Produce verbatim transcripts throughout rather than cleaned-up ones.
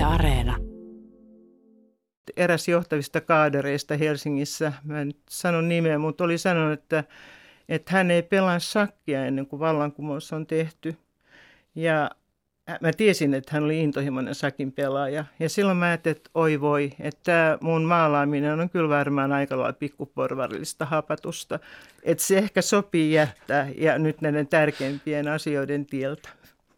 Areena. Eräs johtavista kaadereista Helsingissä, mä en sano nimeä, mutta oli sanonut, että, että hän ei pelaa shakkia ennen kuin vallankumous on tehty. Ja mä tiesin, että hän oli intohimoinen shakin pelaaja. Ja silloin mä ajattelin, että oi voi, että tämä mun maalaaminen on kyllä varmaan aika lailla pikkuporvarillista hapatusta. Että se ehkä sopii jättää ja nyt näiden tärkeimpien asioiden tieltä.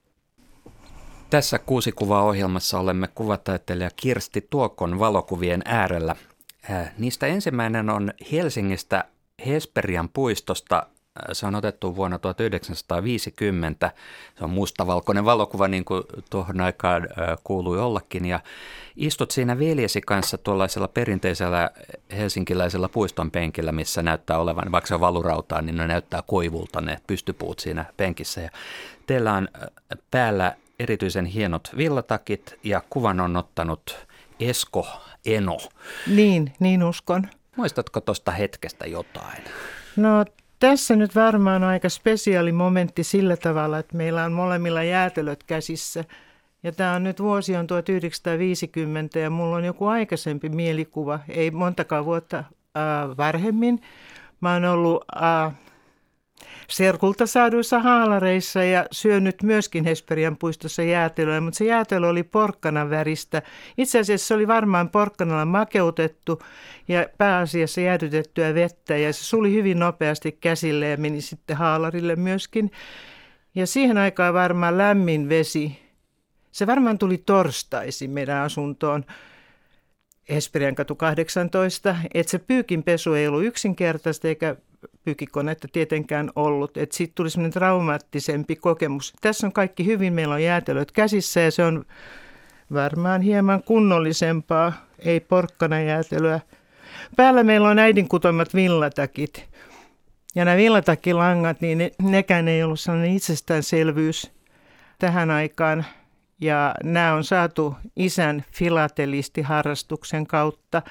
Tässä Kuusi-kuvaa-ohjelmassa olemme kuvataiteilija Kirsti Tuokon valokuvien äärellä. Äh, niistä ensimmäinen on Helsingistä Hesperian puistosta. Se on otettu vuonna tuhatyhdeksänsataaviisikymmentä. Se on mustavalkoinen valokuva, niin kuin tuohon aikaan äh, kuului ollakin. Ja istut siinä veljesi kanssa tuollaisella perinteisellä helsinkiläisellä puiston penkillä, missä näyttää olevan, vaikka se on valurautaa, niin ne näyttää koivulta ne pystypuut siinä penkissä. Ja teillä on päällä erityisen hienot villatakit ja kuvan on ottanut Esko Eno. Niin, niin uskon. Muistatko tuosta hetkestä jotain? No tässä nyt varmaan aika spesiaali momentti sillä tavalla, että meillä on molemmilla jäätelöt käsissä. Ja tämä on nyt vuosi on tuhatyhdeksänsataaviisikymmentä ja mulla on joku aikaisempi mielikuva, ei montakaan vuotta äh, varhemmin. Mä oon ollut Äh, serkulta saaduissa haalareissa ja syönyt myöskin Hesperian puistossa jäätelöä, mutta se jäätelö oli porkkanan väristä. Itse asiassa se oli varmaan porkkanalla makeutettu ja pääasiassa jäädytettyä vettä ja se suli hyvin nopeasti käsille ja meni sitten haalarille myöskin. Ja siihen aikaan varmaan lämmin vesi, se varmaan tuli torstaisin meidän asuntoon. Hesperian katu kahdeksantoista, että se pyykinpesu ei ollut yksinkertaista eikä pyykikonetta tietenkään ollut, että siitä tuli semmoinen traumaattisempi kokemus. Tässä on kaikki hyvin, meillä on jäätelöt käsissä ja se on varmaan hieman kunnollisempaa, ei porkkanajäätelöä. Päällä meillä on äidin kutomat villatakit ja nämä villatakilangat, niin ne, nekään ei ollut sellainen itsestäänselvyys tähän aikaan. Ja nämä on saatu isän filatelistiharrastuksen kautta.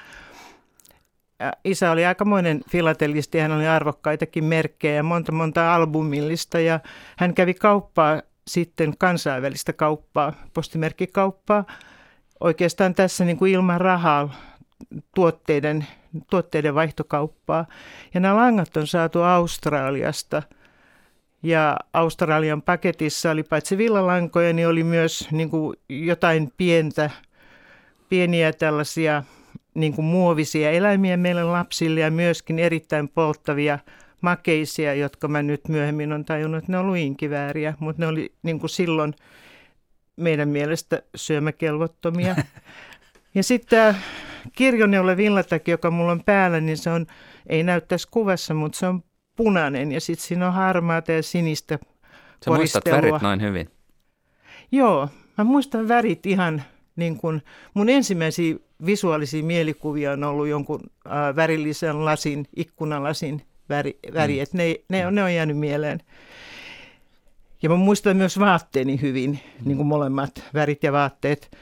Isä oli aikamoinen filatelisti, hän oli arvokkaitakin merkkejä ja monta monta albumillista. Ja hän kävi kauppaa sitten kansainvälistä kauppaa, postimerkkikauppaa. Oikeastaan tässä niin kuin ilman rahaa tuotteiden, tuotteiden vaihtokauppaa. Ja nämä langat on saatu Australiasta. Ja Australian paketissa oli paitsi villalankoja, niin oli myös niin kuin jotain pientä, pieniä tällaisia niin kuin muovisia eläimiä meille lapsille ja myöskin erittäin polttavia makeisia, jotka mä nyt myöhemmin on tajunnut, että ne on luinkivääriä, mutta ne oli niin kuin silloin meidän mielestä syömäkelvottomia. Ja sitten tämä kirjoneule villataki, joka mulla on päällä, niin se on, ei näy tässä kuvassa, mutta se on punainen ja sitten siinä on harmaata ja sinistä koristelua. Sä muistat värit noin hyvin? Joo, mä muistan värit ihan niin kuin, mun ensimmäisiä visuaalisia mielikuvia on ollut jonkun äh, värillisen lasin, ikkunalasin väri, väri mm. että ne, ne, ne on jäänyt mieleen. Ja mä muistan myös vaatteeni hyvin, mm. niin kuin molemmat värit ja vaatteet.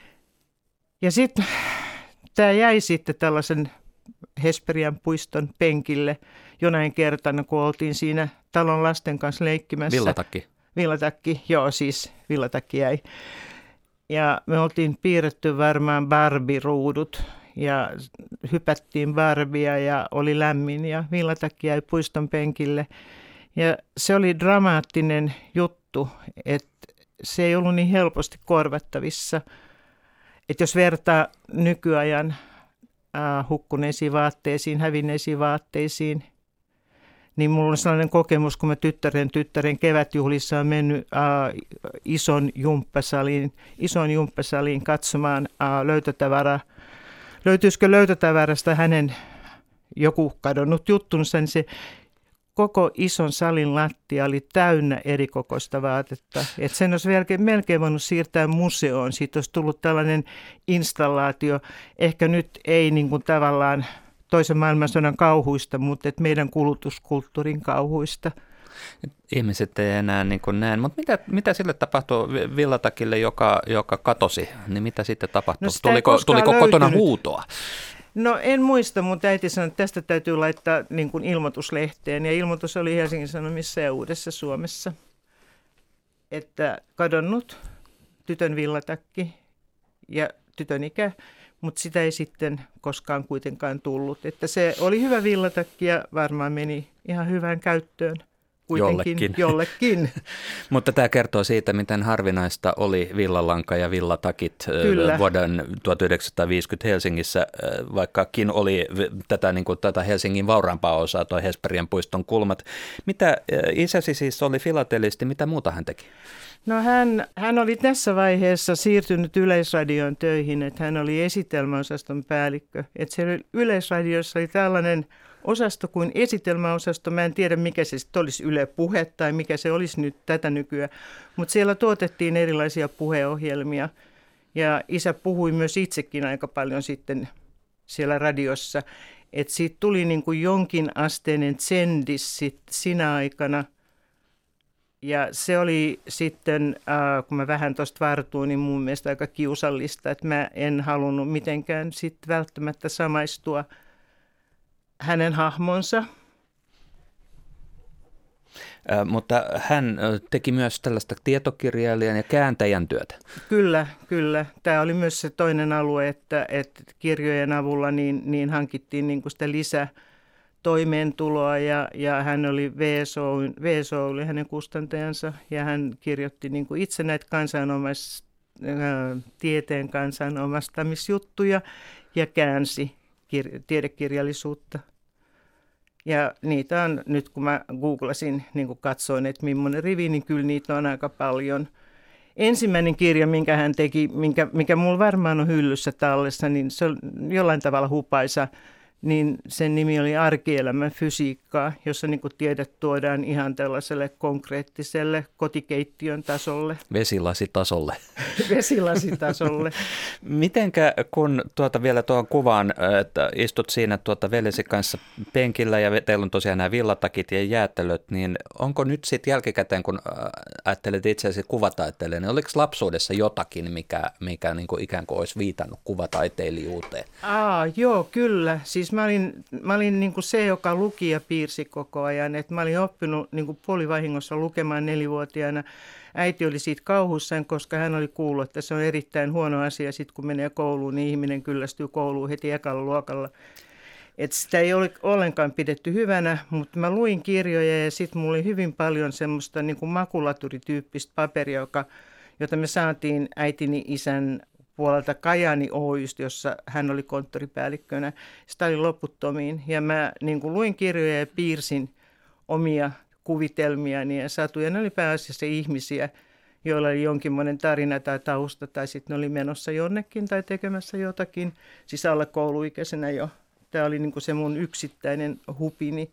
Ja sitten tämä jäi sitten tällaisen Hesperian puiston penkille jonain kertana, kun oltiin siinä talon lasten kanssa leikkimässä. Villatakki. Villatakki, joo siis villatakki jäi. Ja me oltiin piirretty varmaan Barbie-ruudut ja hypättiin Barbia ja oli lämmin ja villatakki jäi puiston penkille. Ja se oli dramaattinen juttu, että se ei ollut niin helposti korvattavissa. Että jos vertaa nykyajan äh, hukkuneisiin vaatteisiin, hävinneisiin vaatteisiin, niin mulla on sellainen kokemus, kun mä tyttären tyttären kevätjuhlissa on mennyt äh, ison jumppasaliin, ison jumppasaliin katsomaan äh, löytötavaraa. Löytyisikö löytötavarasta hänen joku kadonnut juttunsa, niin se koko ison salin lattia oli täynnä erikokoista vaatetta. Että sen olisi melkein, melkein voinut siirtää museoon. Siitä olisi tullut tällainen installaatio. Ehkä nyt ei niin kuin tavallaan toisen maailmansodan kauhuista, mutta et meidän kulutuskulttuurin kauhuista. Ihmiset ei enää niin kuin näin, mutta mitä, mitä sille tapahtui villatakille, joka, joka katosi? Niin mitä sitten tapahtui? No tuliko tuliko kotona huutoa? No en muista, mutta äiti sanoi, että tästä täytyy laittaa niin kuin ilmoituslehteen. Ja ilmoitus oli Helsingin Sanomissa ja Uudessa Suomessa, että kadonnut tytön villatakki. ja tytön ikä, mutta sitä ei sitten koskaan kuitenkaan tullut. Että se oli hyvä villatakki ja varmaan meni ihan hyvään käyttöön. Kuitenkin jollekin. jollekin. Mutta tämä kertoo siitä, miten harvinaista oli villalanka ja villatakit Kyllä. vuoden tuhatyhdeksänsataaviisikymmentä Helsingissä, vaikkakin oli tätä, niin kuin, tätä Helsingin vauraampaa osaa, tuo Hesperian puiston kulmat. Mitä isäsi siis oli filatelisti, mitä muuta hän teki? No hän, hän oli tässä vaiheessa siirtynyt Yleisradioon töihin, että hän oli esitelmäosaston päällikkö. Että siellä Yleisradiossa oli tällainen osasto kuin esitelmäosasto. Mä en tiedä, mikä se sitten olisi Yle Puhe tai mikä se olisi nyt tätä nykyään, mutta siellä tuotettiin erilaisia puheohjelmia ja isä puhui myös itsekin aika paljon sitten siellä radiossa. Että siitä tuli niin kuin jonkin asteinen tsendis sit sinä aikana. Ja se oli sitten, äh, kun mä vähän tuosta vartuin, niin mun mielestä aika kiusallista, että mä en halunnut mitenkään sitten välttämättä samaistua hänen hahmonsa. Äh, mutta hän teki myös tällaista tietokirjailijan ja kääntäjän työtä. Kyllä, kyllä. Tämä oli myös se toinen alue, että, että kirjojen avulla niin, niin hankittiin niin kuin sitä lisätoimeentuloa ja, ja hän oli V S O, V S O oli hänen kustantajansa ja hän kirjoitti niin kuin itse näitä kansanomais, äh, tieteen kansanomastamisjuttuja ja käänsi kir- tiedekirjallisuutta. Ja niitä on, nyt kun mä googlasin, niin kun katsoin, että millainen rivi, niin kyllä niitä on aika paljon. Ensimmäinen kirja, minkä hän teki, minkä, mikä mulla varmaan on hyllyssä tallessa, niin se on jollain tavalla hupaisa, niin sen nimi oli Arkielämän fysiikkaa, jossa niin kuin tiedät tuodaan ihan tällaiselle konkreettiselle kotikeittiön tasolle. Vesilasitasolle. Vesilasitasolle. Mitenkä, kun tuota vielä tuon kuvaan, että istut siinä tuota veljesi kanssa penkillä ja teillä on tosiaan nämä villatakit ja jäätelöt, niin onko nyt sitten jälkikäteen, kun ajattelet itseäsi kuvataiteilijan, niin oliko lapsuudessa jotakin, mikä, mikä niin kuin ikään kuin olisi viitannut kuvataiteilijuuteen? Aa, joo, kyllä. Siis mä olin, mä olin niin kuin se, joka luki ja piirsi koko ajan. Et mä olin oppinut niin kuin puolivahingossa lukemaan nelivuotiaana. Äiti oli siitä kauhussaan, koska hän oli kuullut, että se on erittäin huono asia. Sitten kun menee kouluun, niin ihminen kyllästyy kouluun heti ekalla luokalla. Et sitä ei ole ollenkaan pidetty hyvänä, mutta mä luin kirjoja ja sitten mulla oli hyvin paljon semmoista niin kuin makulaturityyppistä paperia, joka, jota me saatiin äitini isän puolelta Kajani Oystä, jossa hän oli konttoripäällikkönä. Sitä oli loputtomiin ja mä niin kuin luin kirjoja ja piirsin omia kuvitelmiani ja satuja. Ne oli pääasiassa ihmisiä, joilla oli jonkinlainen tarina tai tausta tai sitten ne oli menossa jonnekin tai tekemässä jotakin, siis alle kouluikäisenä jo. Tämä oli niin kuin se mun yksittäinen hupini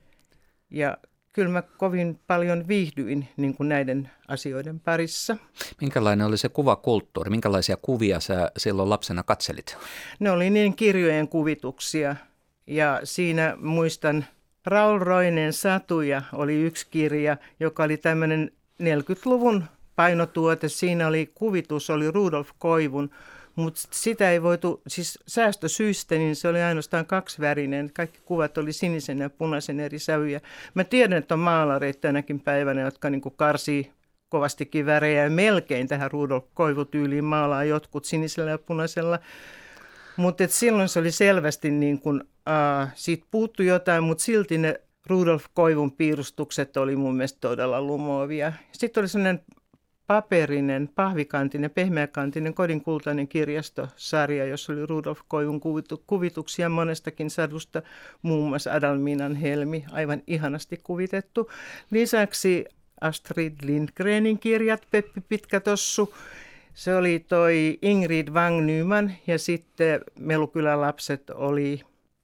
ja kyllä mä kovin paljon viihdyin niin kuin näiden asioiden parissa. Minkälainen oli se kuvakulttuuri? Minkälaisia kuvia sä silloin lapsena katselit? Ne oli niin kirjojen kuvituksia ja siinä muistan Raul Roineen Satuja oli yksi kirja, joka oli tämmöinen neljäkymmentäluvun painotuote. Siinä oli kuvitus, oli Rudolf Koivun, mutta sitä ei voitu, siis säästösyistä, niin se oli ainoastaan kaksivärinen. Kaikki kuvat oli sinisen ja punaisen eri sävyjä. Mä tiedän, että on maalareita tänäkin päivänä, jotka niin kuin karsii kovastikin värejä ja melkein tähän Rudolf Koivu-tyyliin maalaa jotkut sinisellä ja punaisella. Mutta silloin se oli selvästi niin kuin, äh, siitä puuttui jotain, mutta silti ne Rudolf Koivun piirustukset oli mun mielestä todella lumoavia. Sitten oli sellainen paperinen, pahvikantinen, pehmeäkantinen kodinkultainen kirjastosarja, jossa oli Rudolf Koivun kuvituksia monestakin sadusta, muun muassa Adalminan helmi, aivan ihanasti kuvitettu. Lisäksi Astrid Lindgrenin kirjat, Peppi Pitkätossu, se oli toi Ingrid Wang Nyman ja sitten Melukylän lapset oli,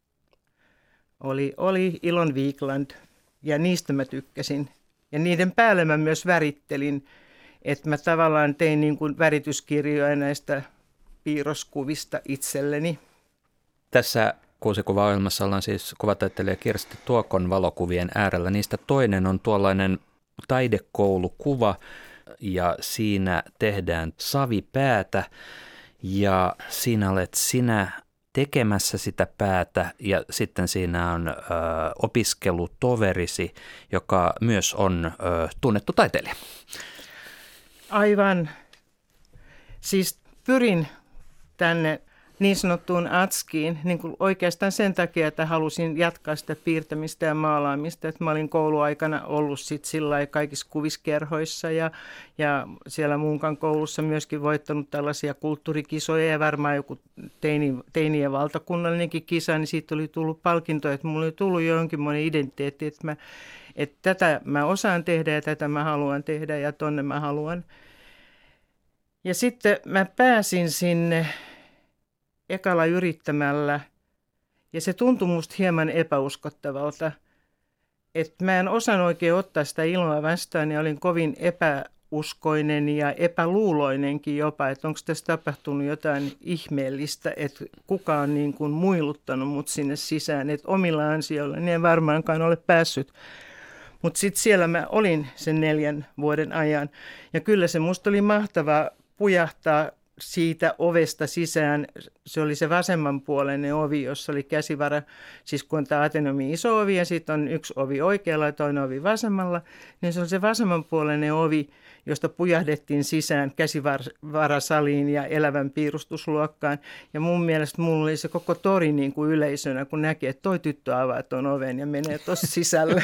oli, oli Ilon Wikland ja niistä mä tykkäsin. Ja niiden päälle mä myös värittelin. Että mä tavallaan tein niin kuin värityskirjoja näistä piirroskuvista itselleni. Tässä kuusikuvaohjelmassa ollaan siis kuvataiteilija Kirsti Tuokon valokuvien äärellä. Niistä toinen on tuollainen taidekoulukuva ja siinä tehdään savipäätä ja siinä olet sinä tekemässä sitä päätä ja sitten siinä on ö, opiskelutoverisi, joka myös on ö, tunnettu taiteilija. Aivan. Siis pyrin tänne niin sanottuun Atskiin niin kuin oikeastaan sen takia, että halusin jatkaa sitä piirtämistä ja maalaamista. Että mä olin kouluaikana ollut sit sillä kaikissa kuviskerhoissa ja, ja siellä Munkan koulussa myöskin voittanut tällaisia kulttuurikisoja ja varmaan joku teini, teinien valtakunnallinenkin kisa, niin siitä oli tullut palkintoja, että mulla oli tullut jonkinmoinen identiteetti, että, mä, että tätä mä osaan tehdä ja tätä mä haluan tehdä ja tonne mä haluan. Ja sitten mä pääsin sinne ekalla yrittämällä, ja se tuntui musta hieman epäuskottavalta, että mä en osannut oikein ottaa sitä ilmaa vastaan, ja olin kovin epäuskoinen ja epäluuloinenkin jopa, että onko tässä tapahtunut jotain ihmeellistä, että kuka on niin kuin muiluttanut mut sinne sisään, että omilla ansioilla niin en varmaankaan ole päässyt. Mutta sitten siellä mä olin sen neljän vuoden ajan, ja kyllä se musta oli mahtavaa pujahtaa siitä ovesta sisään. Se oli se vasemmanpuoleinen ovi, jossa oli käsivara, siis kun on tämä Ateneumin iso ovi ja sitten on yksi ovi oikealla ja toinen ovi vasemmalla, niin se oli se vasemmanpuoleinen ovi, josta pujahdettiin sisään käsivarasaliin ja elävän piirustusluokkaan. Ja mun mielestä mulla oli se koko tori niin kuin yleisönä, kun näki, että toi tyttö avaa tuon oven ja menee tuossa sisälle.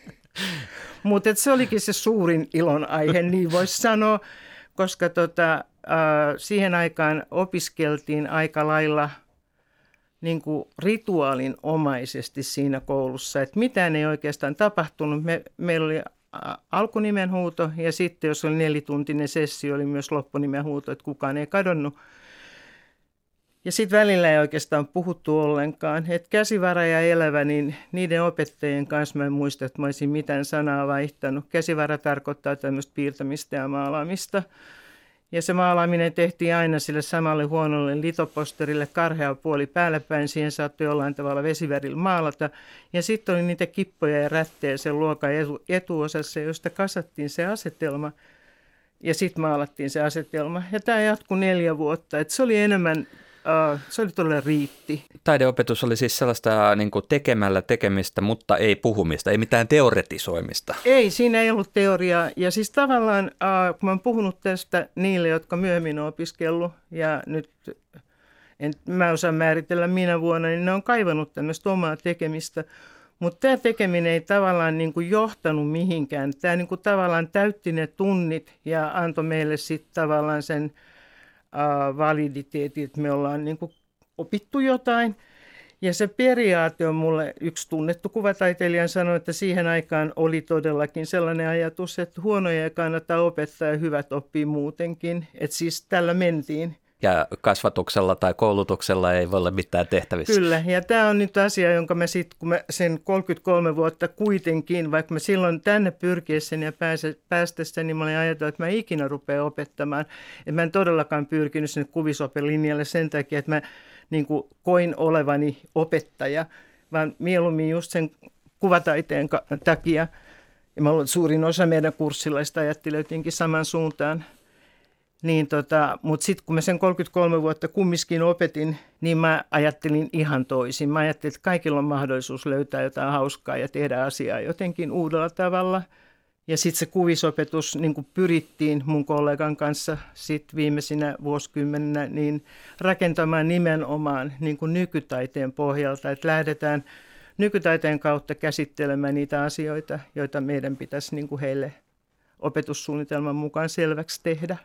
Mutta se olikin se suurin ilon aihe, niin voisi sanoa, koska tota, siihen aikaan opiskeltiin aika lailla niin kuin rituaalinomaisesti siinä koulussa, että mitään ei oikeastaan tapahtunut. Me, meillä oli alkunimenhuuto ja sitten jos oli nelituntinen sessio, oli myös loppunimenhuuto, että kukaan ei kadonnut. Ja sitten välillä ei oikeastaan puhuttu ollenkaan. Että käsivara ja elävä, niin niiden opettajien kanssa mä en muista, että mä olisin mitään sanaa vaihtanut. Käsivara tarkoittaa tämmöistä piirtämistä ja maalaamista. Ja se maalaaminen tehtiin aina sille samalle huonolle litoposterille karhea puoli päällä päin. Siihen saattoi jollain tavalla vesivärillä maalata. Ja sitten oli niitä kippoja ja rättejä sen luokan etu- etuosassa, josta kasattiin se asetelma. Ja sitten maalattiin se asetelma. Ja tämä jatkui neljä vuotta. Et se oli enemmän, uh, se oli todella riitti. Taideopetus oli siis sellaista niin kuin tekemällä tekemistä, mutta ei puhumista, ei mitään teoretisoimista. Ei, siinä ei ollut teoriaa. Ja siis tavallaan, uh, kun mä oon puhunut tästä niille, jotka myöhemmin on opiskellut, ja nyt en mä osaa määritellä minä vuonna, niin ne on kaivannut tämmöistä omaa tekemistä. Mutta tämä tekeminen ei tavallaan niin kuin johtanut mihinkään. Tämä niin kuin tavallaan täytti ne tunnit ja antoi meille sitten tavallaan sen uh, validiteetin, että me ollaan niin kuin opittu jotain. Ja se periaate on mulle, yksi tunnettu kuvataiteilija sanoi, että siihen aikaan oli todellakin sellainen ajatus, että huonoja ei kannata opettaa ja hyvät oppii muutenkin. Että siis tällä mentiin. Ja kasvatuksella tai koulutuksella ei voi olla mitään tehtävissä. Kyllä, ja tämä on nyt asia, jonka mä sitten, kun mä sen kolmekymmentäkolme vuotta kuitenkin, vaikka mä silloin tänne pyrkiessäni ja päästessäni, niin mä olin ajatellut, että mä ikinä rupean opettamaan. Että mä en todellakaan pyrkinyt sinne kuvisopelinjalle sen takia, että mä niin kuin koin olevani opettaja, vaan mieluummin just sen kuvataiteen takia. Ja mä luulen, suurin osa meidän kurssilaista ajatteli jotenkin saman suuntaan. Niin tota, mutta sitten kun mä sen kolmekymmentäkolme vuotta kumminkin opetin, niin mä ajattelin ihan toisin. Mä ajattelin, että kaikilla on mahdollisuus löytää jotain hauskaa ja tehdä asiaa jotenkin uudella tavalla. Ja sitten se kuvisopetus, niin kuin pyrittiin mun kollegan kanssa sit viimeisinä vuosikymmeninä, niin rakentamaan nimenomaan niin kuin nykytaiteen pohjalta. Että lähdetään nykytaiteen kautta käsittelemään niitä asioita, joita meidän pitäisi niin kuin heille opetussuunnitelman mukaan selväksi tehdä.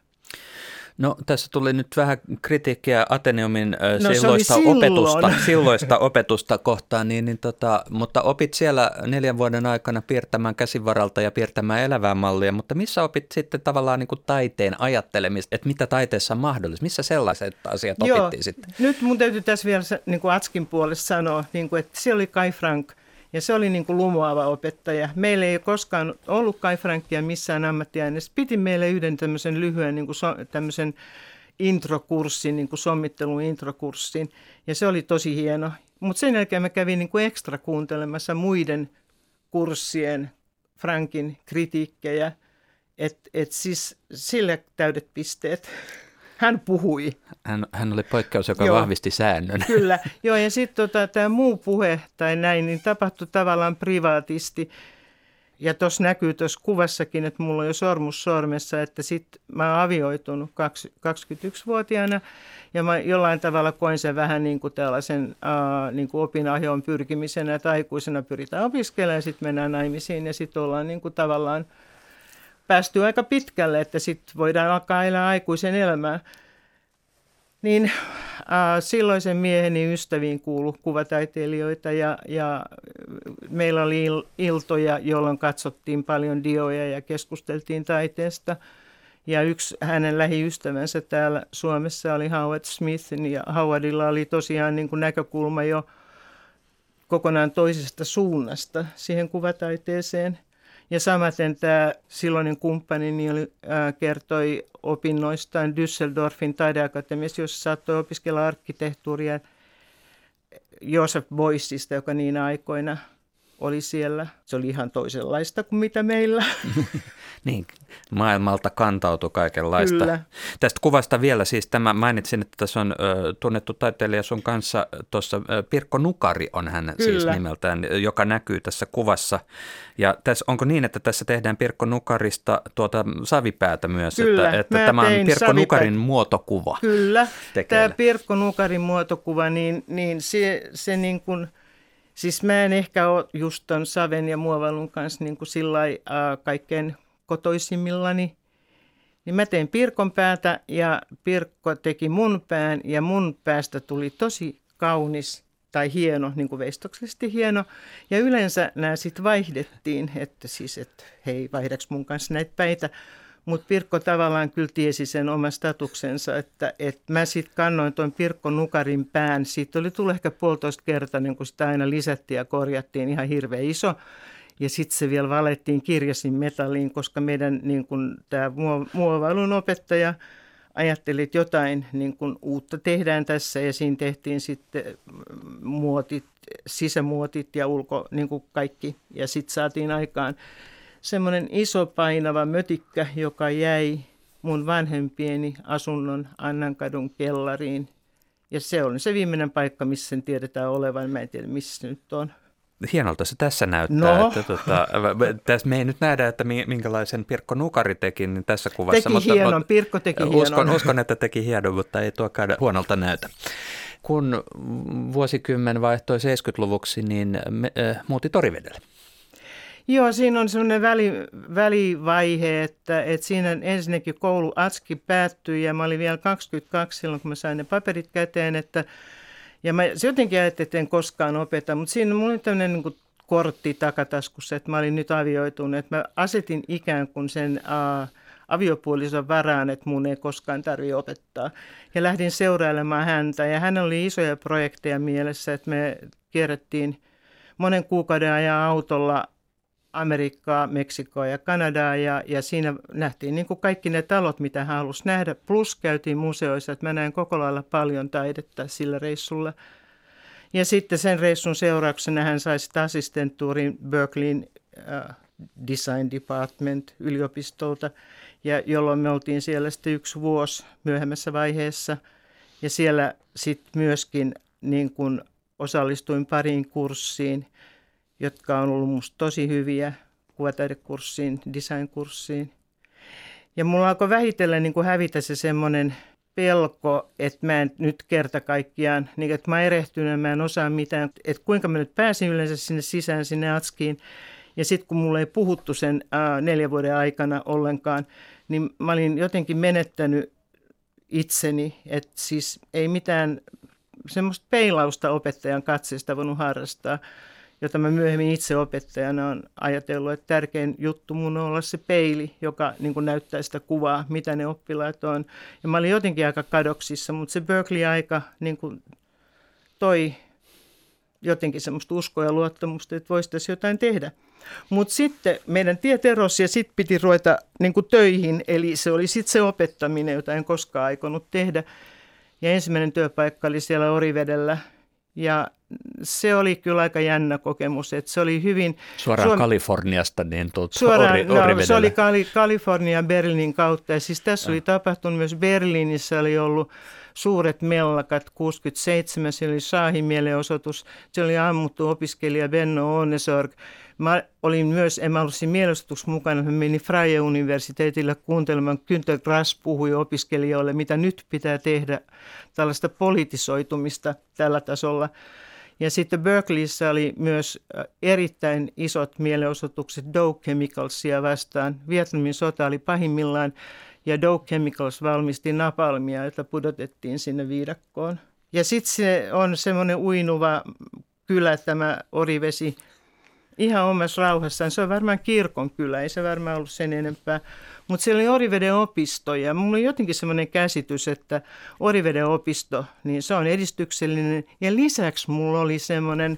No tässä tuli nyt vähän kritiikkiä Ateneumin no, silloista, opetusta, silloista opetusta kohtaan, niin, niin tota, mutta opit siellä neljän vuoden aikana piirtämään käsivaralta ja piirtämään elävää mallia, mutta missä opit sitten tavallaan niin kuin taiteen ajattelemista, että mitä taiteessa on mahdollista, missä sellaiset asiat Joo, opittiin sitten? Nyt mun täytyy tässä vielä niin kuin Atskin puolesta sanoa, niin kuin, että siellä oli Kai Frank. Ja se oli niin kuin lumoava opettaja. Meillä ei koskaan ollut Kai Frankia missään ammattiaineessa. Piti meille yhden tämmöisen lyhyen niin kuin so, tämmöisen introkurssin, niin kuin sommittelun introkurssin. Ja se oli tosi hieno. Mutta sen jälkeen mä kävin niin kuin ekstra kuuntelemassa muiden kurssien Frankin kritiikkejä. Että et siis sille täydet pisteet. Hän puhui. Hän, hän oli poikkeus, joka Joo, vahvisti säännön. Kyllä. Joo, ja sitten tota, tämä muu puhe tai näin, niin tapahtui tavallaan privaatisti. ja tuossa näkyy tuossa kuvassakin, että mulla on jo sormus sormessa, että sitten mä oon avioitunut kaksikymmentäyksivuotiaana ja mä jollain tavalla koin sen vähän niin kuin tällaisen ää, niin kuin opinahjoon pyrkimisenä, että aikuisena pyritään opiskelemaan ja sitten mennään naimisiin ja sitten ollaan niin kuin tavallaan päästy aika pitkälle, että sitten voidaan alkaa elää aikuisen elämää. Niin äh, silloisen mieheni ystäviin kuului kuvataiteilijoita ja, ja meillä oli il, iltoja, jolloin katsottiin paljon dioja ja keskusteltiin taiteesta. Ja yksi hänen lähiystävänsä täällä Suomessa oli Howard Smith, ja Howardilla oli tosiaan niin kuin näkökulma jo kokonaan toisesta suunnasta siihen kuvataiteeseen. Ja samaten tämä silloinen kumppani oli, ää, kertoi opinnoistaan Düsseldorfin taideakatemiassa, jossa saattoi opiskella arkkitehtuuria Joseph Beuysista, joka niinä aikoina oli siellä. Se oli ihan toisenlaista kuin mitä meillä. Niin, maailmalta kantautui kaikenlaista. Kyllä. Tästä kuvasta vielä siis tämä, mainitsin, että tässä on ö, tunnettu taiteilija sun kanssa, tuossa Pirkko Nukari on hän Kyllä. siis nimeltään, joka näkyy tässä kuvassa. Ja tässä, onko niin, että tässä tehdään Pirkko Nukarista tuota savipäätä myös, Kyllä, että, että tämä on Pirkko savipä... Nukarin muotokuva. Kyllä, tekeillä. Tämä Pirkko Nukarin muotokuva, niin, niin se, se niin kuin... Siis mä en ehkä ole just ton saven ja muovailun kanssa niin kuin sillai, äh, kaikkein kotoisimmillani. Niin mä tein Pirkon päätä ja Pirkko teki mun pään ja mun päästä tuli tosi kaunis tai hieno, niin kuin veistoksellisesti hieno. Ja yleensä nämä sitten vaihdettiin, että siis, että hei, vaihdaks mun kanssa näitä päitä. Mutta Pirkko tavallaan kyllä tiesi sen oman statuksensa, että, että mä sitten kannoin tuon Pirkko Nukarin pään. Siitä oli tullut ehkä puolitoista kertainen, kun sitä aina lisättiin ja korjattiin ihan hirveän iso. Ja sitten se vielä valettiin kirjasin metalliin, koska meidän niin kun, tämä muovailun opettaja ajatteli, että jotain niin kun, uutta tehdään tässä. Ja siinä tehtiin sitten muotit, sisämuotit ja ulko, niin kuin kaikki. Ja sitten saatiin aikaan semmoinen iso painava mötikkä, joka jäi mun vanhempieni asunnon Annankadun kellariin. Ja se on se viimeinen paikka, missä sen tiedetään olevan. Mä en tiedä, missä se nyt on. Hienolta se tässä näyttää. No. Että, tuota, tässä me ei nyt nähdä, että minkälaisen Pirkko Nukari teki niin tässä kuvassa. Teki mutta, hienon, mutta, Pirkko teki uskon, hienon. Uskon, että teki hienon, mutta ei tuokaan huonolta näytä. Kun vuosikymmen vaihtoi seitsemänkymmentäluvuksi, niin me, äh, muutti Torivedelle. Joo, siinä on sellainen väli, välivaihe, että, että siinä ensinnäkin koulu Atski päättyi ja mä olin vielä kaksikymmentäkaksi silloin, kun mä sain ne paperit käteen. Että, ja mä jotenkin ajattelin, että en koskaan opeta, mutta siinä mulla oli tämmöinen niin kuin kortti takataskussa, että mä olin nyt avioitunut. Että mä asetin ikään kuin sen uh, aviopuolison varaan, että mun ei koskaan tarvitse opettaa. Ja lähdin seurailemaan häntä ja hän oli isoja projekteja mielessä, että me kierrettiin monen kuukauden ajan autolla Amerikkaa, Meksikoa ja Kanadaa ja, ja siinä nähtiin niin kuin kaikki ne talot, mitä hän halusi nähdä. Plus käytiin museoissa, että mä näin koko lailla paljon taidetta sillä reissulla. Ja sitten sen reissun seurauksena hän sai sitä assistenttuurin Berkeleyn uh, Design Department yliopistolta, ja jolloin me oltiin siellä sitten yksi vuosi myöhemmässä vaiheessa. Ja siellä sitten myöskin niin kuin osallistuin pariin kurssiin, jotka on ollut musta tosi hyviä, kuvataidekurssiin, designkurssiin. Ja mulla alkoi vähitellen niin kuin hävitä se semmoinen pelko, että mä en nyt kerta kaikkiaan, niin että mä oon erehtynyt, mä en osaa mitään, että kuinka mä nyt pääsin yleensä sinne sisään, sinne Atskiin. Ja sitten kun mulla ei puhuttu sen ää, neljän vuoden aikana ollenkaan, niin mä olin jotenkin menettänyt itseni, että siis ei mitään semmoista peilausta opettajan katseesta voinut harrastaa, jota mä myöhemmin itse opettajana olen ajatellut, että tärkein juttu mun on olla se peili, joka niin kuin näyttää sitä kuvaa, mitä ne oppilaat on. Ja mä olin jotenkin aika kadoksissa, mutta se Berkeley-aika niin kuin toi jotenkin semmoista uskoa ja luottamusta, että voisi tässä jotain tehdä. Mutta sitten meidän tiet erosi ja sitten piti ruveta niin kuin töihin, eli se oli sitten se opettaminen, jota en koskaan aikonut tehdä. Ja ensimmäinen työpaikka oli siellä Orivedellä. Ja se oli kyllä aika jännä kokemus, että se oli hyvin... Suoraan Suom... Kaliforniasta niin tuolta Suoraan, ori, Orivedellä. No, se oli Kali, Kalifornia Berliinin kautta. Ja siis tässä oli tapahtunut myös Berliinissä, oli ollut suuret mellakat. kuusikymmentäseitsemän se oli Shaahin mielenosoitus. Se oli ammuttu opiskelija Benno Ohnesorg. Mä olin myös, en mä ollut siinä mielenosoituksessa mukana, mä menin Freie-universiteetille kuuntelemaan, Günter Grass puhui opiskelijoille, mitä nyt pitää tehdä, tällaista politisoitumista tällä tasolla. Ja sitten Berkeleyssä oli myös erittäin isot mielenosoitukset Dow Chemicalsia vastaan. Vietnamin sota oli pahimmillaan ja Dow Chemicals valmisti napalmia, jota pudotettiin sinne viidakkoon. Ja sitten se on semmoinen uinuva kylä, tämä Orivesi, ihan omassa rauhassaan. Se on varmaan kirkon kylä, ei se varmaan ollut sen enempää. Mutta siellä oli Oriveden opisto ja minulla on jotenkin semmoinen käsitys, että Oriveden opisto, niin se on edistyksellinen. Ja lisäksi mulla oli semmoinen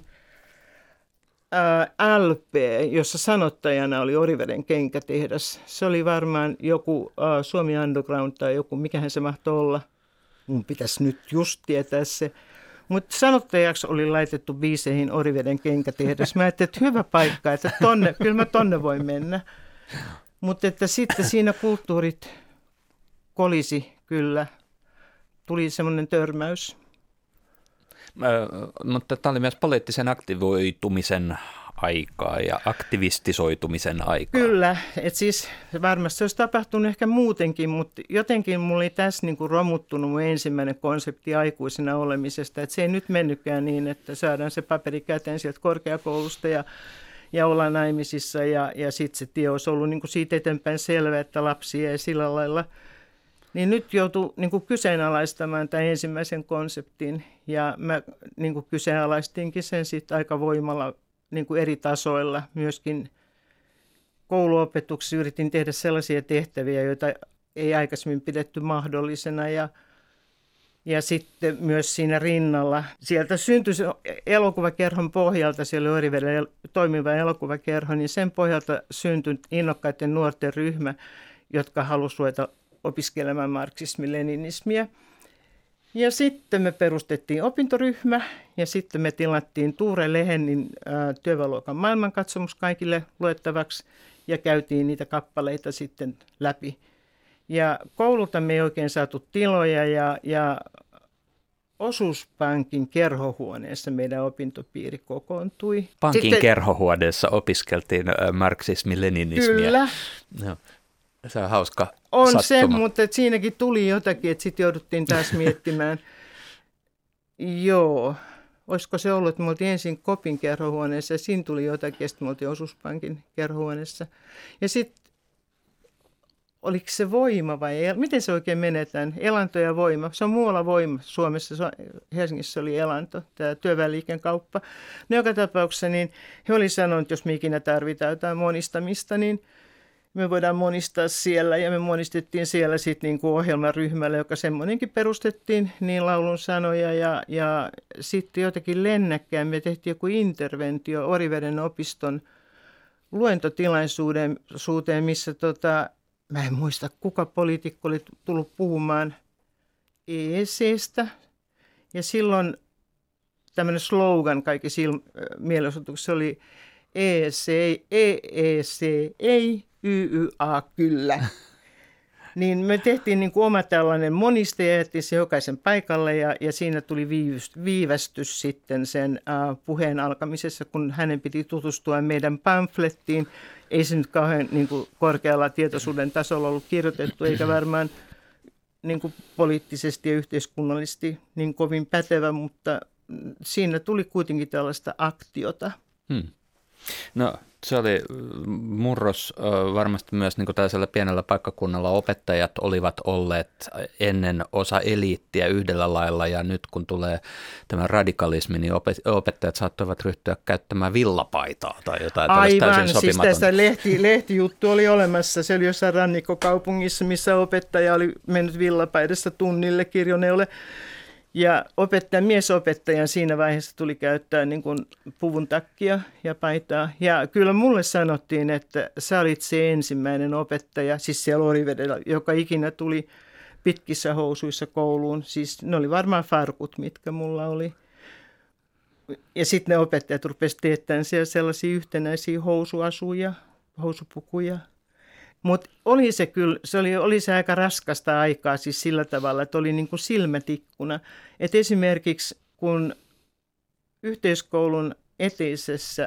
ää, L P, jossa sanottajana oli Oriveden kenkätehdas. Se oli varmaan joku ää, Suomi Underground tai joku, mikähän se mahtoi olla. Mun pitäisi nyt just tietää se. Mutta sanottajaksi oli laitettu biiseihin Oriveden kenkätehdas. Mä ajattelin, että hyvä paikka, että tonne, kyllä mä tonne voi mennä. Mutta että sitten siinä kulttuurit kolisi kyllä. Tuli semmoinen törmäys. Ö, mutta tämä oli myös poliittisen aktivoitumisen aikaa ja aktivistisoitumisen aikaa. Kyllä, että siis varmasti se olisi tapahtunut ehkä muutenkin, mutta jotenkin mulla oli tässä niin kuin romuttunut mun ensimmäinen konsepti aikuisena olemisesta, että se ei nyt mennytkään niin, että saadaan se paperi käteen sieltä korkeakoulusta ja, ja ollaan naimisissa ja, ja sitten se tie olisi ollut niin kuin siitä eteenpäin selvä, että lapsi ei sillä lailla. Niin nyt joutui niin kuin kyseenalaistamaan tämän ensimmäisen konseptin ja mä niin kuin kyseenalaistinkin sen sitten aika voimalla niin kuin eri tasoilla. Myöskin kouluopetuksessa yritin tehdä sellaisia tehtäviä, joita ei aikaisemmin pidetty mahdollisena ja, ja sitten myös siinä rinnalla. Sieltä syntyi elokuvakerhon pohjalta, siellä oli Orivedellä toimiva elokuvakerho, niin sen pohjalta syntyi innokkaiden nuorten ryhmä, jotka halusivat ruveta opiskelemaan marksismi-leninismiä. Ja sitten me perustettiin opintoryhmä ja sitten me tilattiin Tuure Lehenin ää, työväenluokan maailmankatsomus kaikille luettavaksi ja käytiin niitä kappaleita sitten läpi. Ja koululta me ei oikein saatu tiloja ja, ja Osuuspankin kerhohuoneessa meidän opintopiiri kokoontui. Pankin sitten, kerhohuoneessa opiskeltiin marksismi-leninismiä. Kyllä. No. Se on hauska On sattuma. se, mutta et siinäkin tuli jotakin, että sitten jouduttiin taas miettimään. Joo, olisiko se ollut, että me oltiin ensin Kopin kerhohuoneessa ja siinä tuli jotakin, ja sitten me oltiin Osuuspankin kerhohuoneessa. Ja sitten, oliko se voima vai el- miten se oikein menetään? Elanto ja voima. Se on muualla voima. Suomessa, Helsingissä oli elanto, tämä työväenliikkeen kauppa. No joka tapauksessa niin he olivat sanoneet, että jos me ikinä tarvitaan jotain monistamista, niin me voidaan monistaa siellä ja me monistettiin siellä sitten niin kuin ohjelmaryhmällä, joka semmoinenkin perustettiin, niin laulun sanoja ja, ja sitten jotenkin lennäkkään me tehtiin joku interventio Oriveden opiston luentotilaisuuteen, missä tota, mä en muista kuka poliitikko oli tullut puhumaan E E C:stä ja silloin tämmöinen slogan kaikissa mielenosoituksissa oli E E C, E E C ei, Y Y A kyllä. Niin me tehtiin niin kuin oma tällainen moniste ja jättiin se jokaisen paikalle ja, ja siinä tuli viivästys sitten sen uh, puheen alkamisessa, kun hänen piti tutustua meidän pamflettiin. Ei se nyt kauhean niin kuin korkealla tietoisuuden tasolla ollut kirjoitettu, eikä varmaan niin kuin poliittisesti ja yhteiskunnallisesti niin kovin pätevä, mutta siinä tuli kuitenkin tällaista aktiota. Hmm. No se oli murros varmasti myös niin kuin tällaisella pienellä paikkakunnalla opettajat olivat olleet ennen osa eliittiä yhdellä lailla ja nyt kun tulee tämä radikalismi, niin opettajat saattoivat ryhtyä käyttämään villapaitaa tai jotain tällaista täysin sopimatonta. Aivan, siis tästä lehti, lehtijuttu oli olemassa. Se oli jossain rannikkokaupungissa, missä opettaja oli mennyt villapaidassa tunnille kirjoneolle. Ja opettajan, miesopettajan siinä vaiheessa tuli käyttää niin kuin puvun takkia ja paitaa. Ja kyllä mulle sanottiin, että sä olit se ensimmäinen opettaja, siis siellä Orivedellä, joka ikinä tuli pitkissä housuissa kouluun. Siis ne oli varmaan farkut, mitkä mulla oli. Ja sitten ne opettajat rupesivat teettämään siellä sellaisia yhtenäisiä housuasuja, housupukuja. Mutta oli se kyllä, se oli, oli se aika raskasta aikaa siis sillä tavalla, että oli niin kuin silmätikkuna. Et esimerkiksi kun yhteiskoulun eteisessä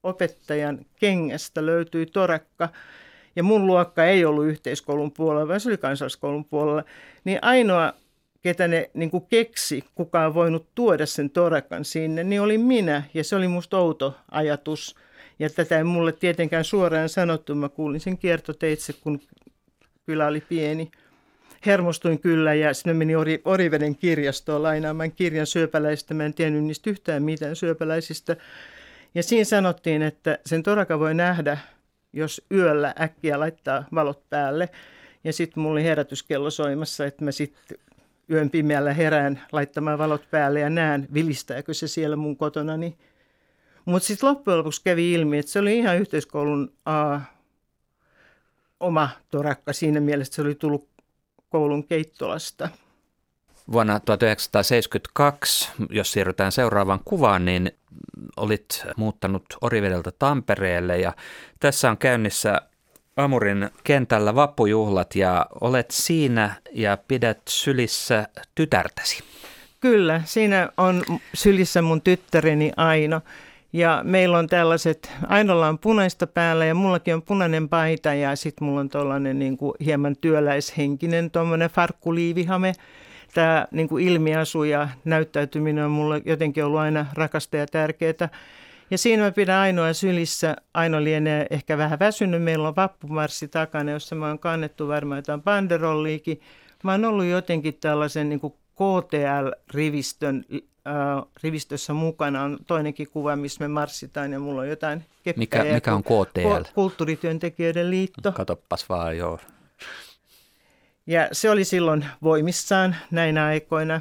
opettajan kengästä löytyi torakka, ja mun luokka ei ollut yhteiskoulun puolella, vaan se oli kansalliskoulun puolella, niin ainoa, ketä ne niin kuin keksi, kuka on voinut tuoda sen torakan sinne, niin oli minä, ja se oli musta outo ajatus. Ja tätä ei mulle tietenkään suoraan sanottu, mä kuulin sen kiertoteitse, kun kylä oli pieni. Hermostuin kyllä, ja sitten menin Ori, Oriveden kirjastoon lainaamaan kirjan syöpäläisistä. Mä en tiennyt niistä yhtään mitään syöpäläisistä. Ja siinä sanottiin, että sen torakan voi nähdä, jos yöllä äkkiä laittaa valot päälle. Ja sitten mulla oli herätyskello soimassa, että mä sitten yön pimeällä herään laittamaan valot päälle ja näen, vilistääkö se siellä mun kotonani. Mutta sitten loppujen lopuksi kävi ilmi, että se oli ihan yhteiskoulun uh, oma torakka siinä mielessä, että se oli tullut koulun Keittolasta. Vuonna tuhatyhdeksänsataaseitsemänkymmentäkaksi, jos siirrytään seuraavaan kuvaan, niin olit muuttanut Orivedeltä Tampereelle ja tässä on käynnissä Amurin kentällä vappujuhlat ja olet siinä ja pidät sylissä tytärtäsi. Kyllä, siinä on sylissä mun tyttäreni Aino. Ja meillä on tällaiset, Ainolla on punaista päällä ja mullakin on punainen paita ja sitten mulla on tuollainen niin kuin hieman työläishenkinen tuommoinen farkkuliivihame. Tämä niin kuin ilmiasu ja näyttäytyminen on mulle jotenkin ollut aina rakasta ja tärkeää. Ja siinä mä pidän Ainoa sylissä. Aino lienee ehkä vähän väsynyt. Meillä on vappumarssi takana, jossa mä oon kannettu varmaan jotain banderolliikin. Mä oon ollut jotenkin tällaisen niin kuin K T L-rivistön äh, rivistössä mukana. On toinenkin kuva, missä me marssitaan ja mulla on jotain keppejä. Mikä, mikä on K T L? Kulttuurityöntekijöiden liitto. Katoppas vaan, joo. Ja se oli silloin voimissaan näinä aikoina.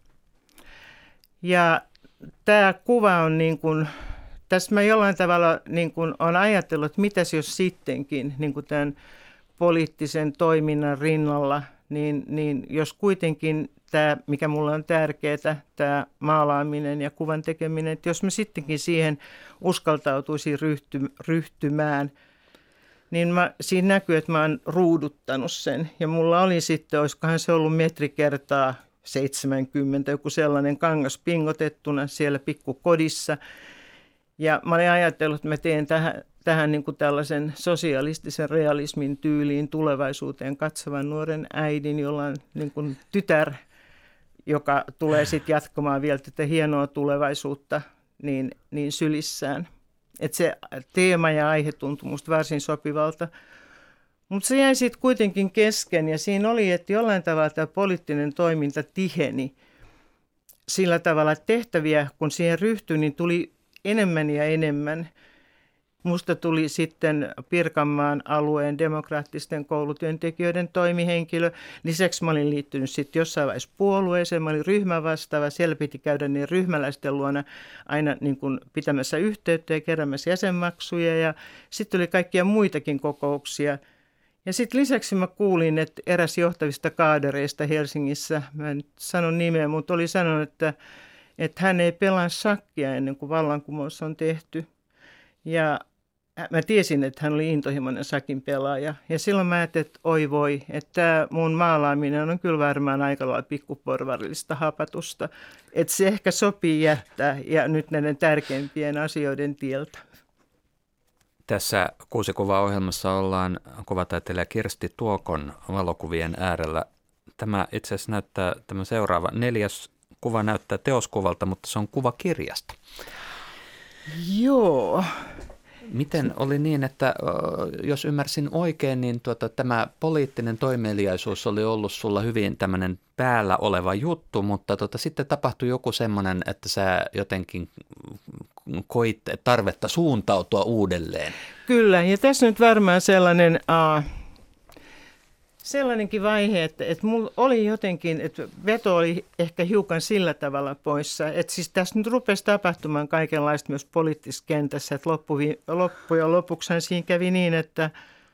Ja tämä kuva on niin kuin, tässä mä jollain tavalla niin kuin olen ajatellut, että mitäs jos sittenkin niin kuin tämän poliittisen toiminnan rinnalla, niin, niin jos kuitenkin tämä, mikä mulle on tärkeää, tämä maalaaminen ja kuvan tekeminen, että jos mä sittenkin siihen uskaltautuisin ryhty, ryhtymään, niin mä, siinä näkyy, että mä oon ruuduttanut sen. Ja mulla oli sitten, olisikohan se ollut metri kertaa seitsemänkymmentä, joku sellainen kangas pingotettuna siellä pikkukodissa. Ja mä olin ajatellut, että mä teen tähän, tähän niin kuin tällaisen sosialistisen realismin tyyliin tulevaisuuteen katsovan nuoren äidin, jolla on niin kuin tytär, joka tulee sitten jatkamaan vielä tätä hienoa tulevaisuutta niin, niin sylissään. Että se teema ja aihe tuntui musta varsin sopivalta. Mutta se jäi sitten kuitenkin kesken ja siinä oli, että jollain tavalla tämä poliittinen toiminta tiheni sillä tavalla, että tehtäviä kun siihen ryhtyi, niin tuli enemmän ja enemmän. Musta tuli sitten Pirkanmaan alueen demokraattisten koulutyöntekijöiden toimihenkilö. Lisäksi mä olin liittynyt sitten jossain vaiheessa puolueeseen. Mä olin ryhmävastaava. Siellä piti käydä niin ryhmäläisten luona aina niin kuin pitämässä yhteyttä ja keräämässä jäsenmaksuja. Ja sitten tuli kaikkia muitakin kokouksia. Ja sitten lisäksi mä kuulin, että eräs johtavista kaadereista Helsingissä, mä en sano nimeä, mutta oli sanonut, että, että hän ei pelaa shakkia ennen kuin vallankumous on tehty. Ja mä tiesin, että hän oli intohimoinen shakin pelaaja. Ja silloin mä ajattelin, että oi voi, että tämä mun maalaaminen on kyllä varmaan aika lailla pikkuporvarillista hapatusta. Että se ehkä sopii jättää ja nyt näiden tärkeimpien asioiden tieltä. Tässä kuusikuva-ohjelmassa ollaan kuvataiteilija Kirsti Tuokon valokuvien äärellä. Tämä itse asiassa näyttää, tämä seuraava neljäs kuva näyttää teoskuvalta, mutta se on kuva kirjasta. Joo. Miten oli niin, että jos ymmärsin oikein, niin tuota, tämä poliittinen toimeliaisuus oli ollut sulla hyvin tämmöinen päällä oleva juttu, mutta tuota, sitten tapahtui joku semmoinen, että sä jotenkin koit tarvetta suuntautua uudelleen. Kyllä, ja tässä nyt varmaan sellainen, uh, sellainenkin vaihe, että, että mulla oli jotenkin, että veto oli ehkä hiukan sillä tavalla poissa. Että siis tässä nyt rupesi tapahtumaan kaikenlaista myös poliittisessa kentässä, että loppujen lopuksihan siinä kävi niin, että